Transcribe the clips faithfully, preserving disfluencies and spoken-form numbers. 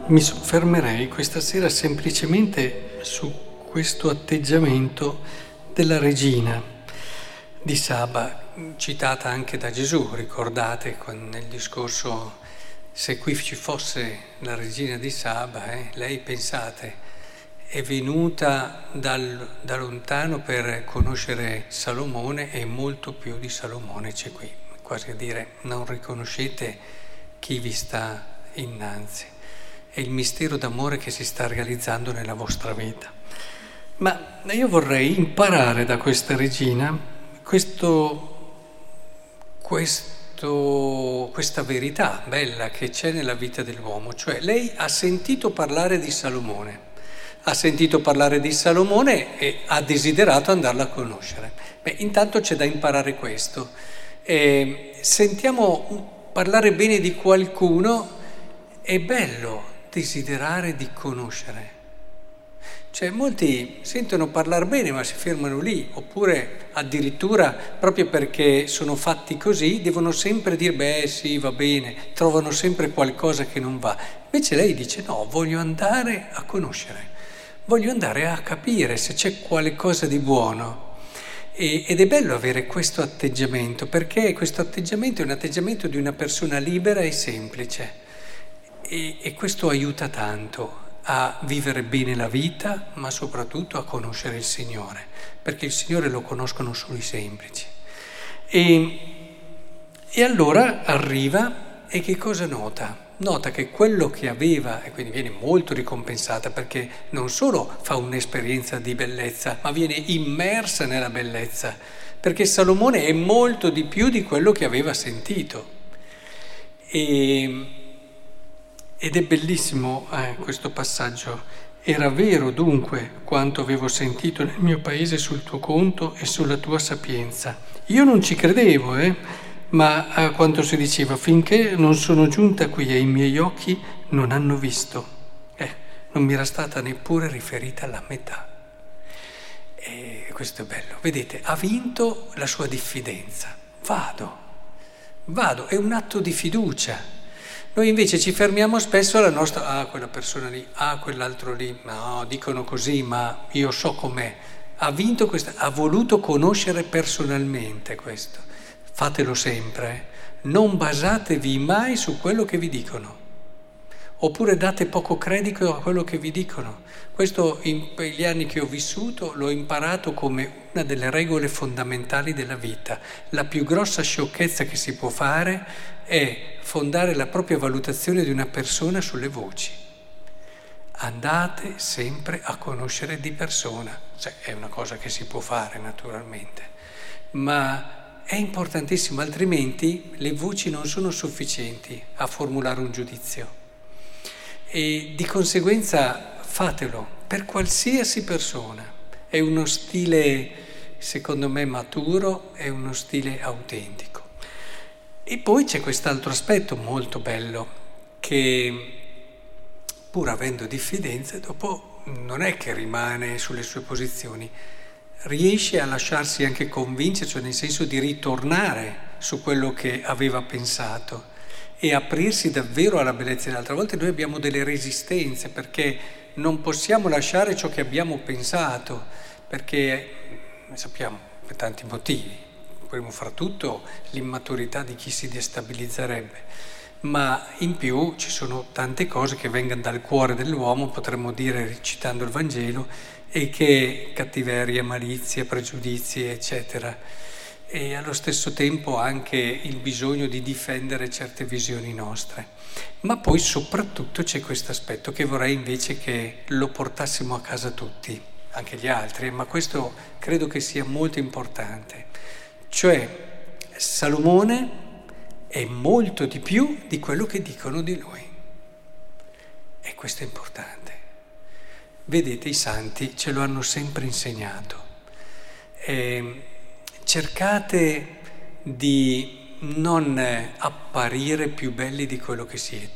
Mi soffermerei questa sera semplicemente su questo atteggiamento della regina di Saba, citata anche da Gesù. Ricordate nel discorso: se qui ci fosse la regina di Saba, eh, lei, pensate, è venuta dal, da lontano per conoscere Salomone, e molto più di Salomone c'è qui, quasi a dire: non riconoscete chi vi sta innanzi. È il mistero d'amore che si sta realizzando nella vostra vita. Ma io vorrei imparare da questa regina questo, questo, questa verità bella che c'è nella vita dell'uomo. Cioè, lei ha sentito parlare di Salomone, ha sentito parlare di Salomone e ha desiderato andarla a conoscere. Beh, intanto c'è da imparare questo. Eh, sentiamo parlare bene di qualcuno, è bello desiderare di conoscere. Cioè, molti sentono parlare bene ma si fermano lì, oppure addirittura proprio perché sono fatti così devono sempre dire: beh sì, va bene, trovano sempre qualcosa che non va. Invece lei dice: no, voglio andare a conoscere, voglio andare a capire se c'è qualcosa di buono. E, ed è bello avere questo atteggiamento, perché questo atteggiamento è un atteggiamento di una persona libera e semplice. E, e questo aiuta tanto a vivere bene la vita, ma soprattutto a conoscere il Signore, perché il Signore lo conoscono solo i semplici. E, e allora arriva e che cosa nota? Nota che quello che aveva, e quindi viene molto ricompensata, perché non solo fa un'esperienza di bellezza, ma viene immersa nella bellezza, perché Salomone è molto di più di quello che aveva sentito. E Ed è bellissimo eh, questo passaggio. Era vero dunque quanto avevo sentito nel mio paese sul tuo conto e sulla tua sapienza. Io non ci credevo, eh, ma a quanto si diceva: finché non sono giunta qui e i miei occhi non hanno visto. Eh, non mi era stata neppure riferita la metà. E questo è bello. Vedete, ha vinto la sua diffidenza. Vado, vado, è un atto di fiducia. Noi invece ci fermiamo spesso alla nostra: ah, quella persona lì, ah, quell'altro lì, no, dicono così, ma io so com'è. Ha vinto questa, ha voluto conoscere personalmente questo. Fatelo sempre, eh. Non basatevi mai su quello che vi dicono, oppure date poco credito a quello che vi dicono. Questo, in gli anni che ho vissuto, l'ho imparato come una delle regole fondamentali della vita. La più grossa sciocchezza che si può fare è fondare la propria valutazione di una persona sulle voci. Andate sempre a conoscere di persona. Cioè, è una cosa che si può fare naturalmente, ma è importantissimo, altrimenti le voci non sono sufficienti a formulare un giudizio. E di conseguenza fatelo per qualsiasi persona. È uno stile, secondo me, maturo, è uno stile autentico. E poi c'è quest'altro aspetto molto bello, che pur avendo diffidenze, dopo non è che rimane sulle sue posizioni, riesce a lasciarsi anche convincere, cioè nel senso di ritornare su quello che aveva pensato e aprirsi davvero alla bellezza. Altre volte noi abbiamo delle resistenze perché non possiamo lasciare ciò che abbiamo pensato, perché sappiamo per tanti motivi. Primo fra tutto l'immaturità di chi si destabilizzerebbe, ma in più ci sono tante cose che vengono dal cuore dell'uomo, potremmo dire citando il Vangelo, e che cattiveria, malizia, pregiudizi, eccetera. E allo stesso tempo anche il bisogno di difendere certe visioni nostre. Ma poi soprattutto c'è questo aspetto che vorrei invece che lo portassimo a casa tutti, anche gli altri, ma questo credo che sia molto importante. Cioè, Salomone è molto di più di quello che dicono di lui. E questo è importante. Vedete, i santi ce lo hanno sempre insegnato. Eh, cercate di non apparire più belli di quello che siete,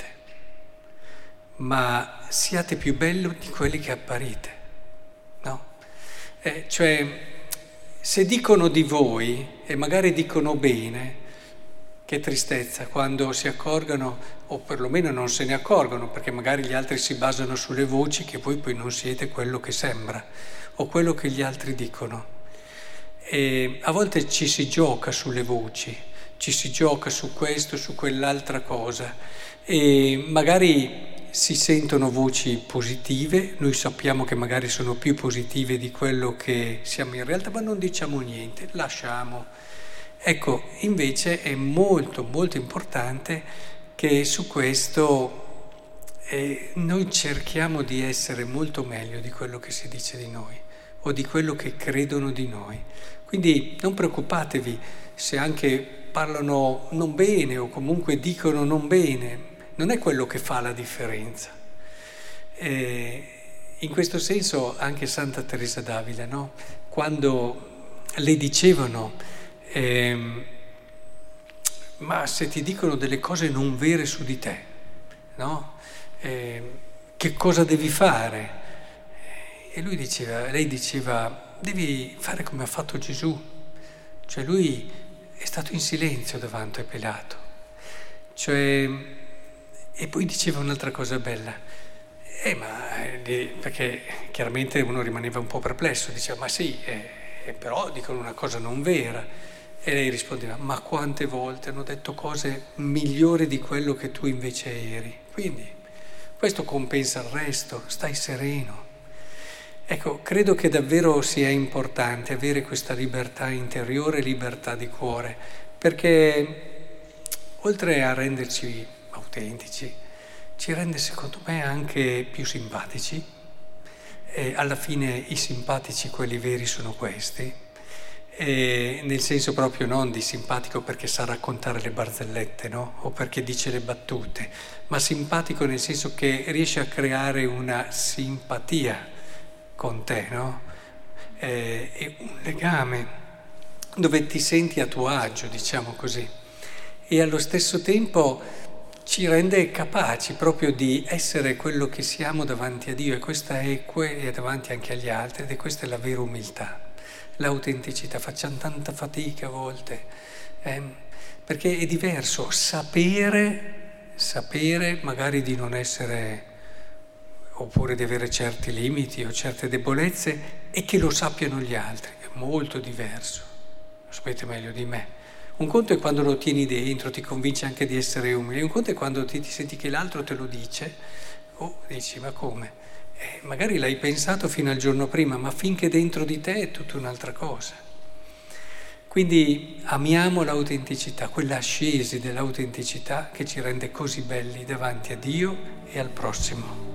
ma siate più belli di quelli che apparite, no? Eh, cioè, se dicono di voi, e magari dicono bene, Che tristezza quando si accorgono, o perlomeno non se ne accorgono, perché magari gli altri si basano sulle voci che voi poi non siete quello che sembra, o quello che gli altri dicono. E a volte ci si gioca sulle voci, ci si gioca su questo, su quell'altra cosa, e magari si sentono voci positive, noi sappiamo che magari sono più positive di quello che siamo in realtà, ma non diciamo niente, lasciamo. Ecco, invece è molto, molto importante che su questo eh, noi cerchiamo di essere molto meglio di quello che si dice di noi o di quello che credono di noi. Quindi non preoccupatevi se anche parlano non bene o comunque dicono non bene, non è quello che fa la differenza. Eh, in questo senso anche Santa Teresa d'Avila, no? Quando le dicevano Eh, ma se ti dicono delle cose non vere su di te, no? Eh, che cosa devi fare? E lui diceva, lei diceva, devi fare come ha fatto Gesù. Cioè lui è stato in silenzio davanti a Pilato. Cioè, e poi diceva un'altra cosa bella. Eh, ma, eh, perché chiaramente uno rimaneva un po' perplesso, diceva, ma sì, eh, però dicono una cosa non vera. E lei rispondeva, ma quante volte hanno detto cose migliori di quello che tu invece eri. Quindi questo compensa il resto, stai sereno. Ecco, credo che davvero sia importante avere questa libertà interiore, libertà di cuore, perché oltre a renderci autentici, ci rende secondo me anche più simpatici. E alla fine i simpatici, quelli veri, sono questi. E nel senso proprio non di simpatico perché sa raccontare le barzellette, no? O perché dice le battute, ma simpatico nel senso che riesce a creare una simpatia con te, no? E, e un legame dove ti senti a tuo agio, diciamo così. E allo stesso tempo ci rende capaci proprio di essere quello che siamo davanti a Dio, e questa è, que- è davanti anche agli altri, ed è questa è la vera umiltà. L'autenticità, facciamo tanta fatica a volte, eh, perché è diverso sapere, sapere magari di non essere, oppure di avere certi limiti o certe debolezze, e che lo sappiano gli altri, è molto diverso, lo sapete meglio di me. Un conto è quando lo tieni dentro, ti convince anche di essere umile, un conto è quando ti, ti senti che l'altro te lo dice, o dici ma come? Eh, magari l'hai pensato fino al giorno prima, ma finché dentro di te è tutta un'altra cosa. Quindi amiamo l'autenticità, quella ascesi dell'autenticità che ci rende così belli davanti a Dio e al prossimo.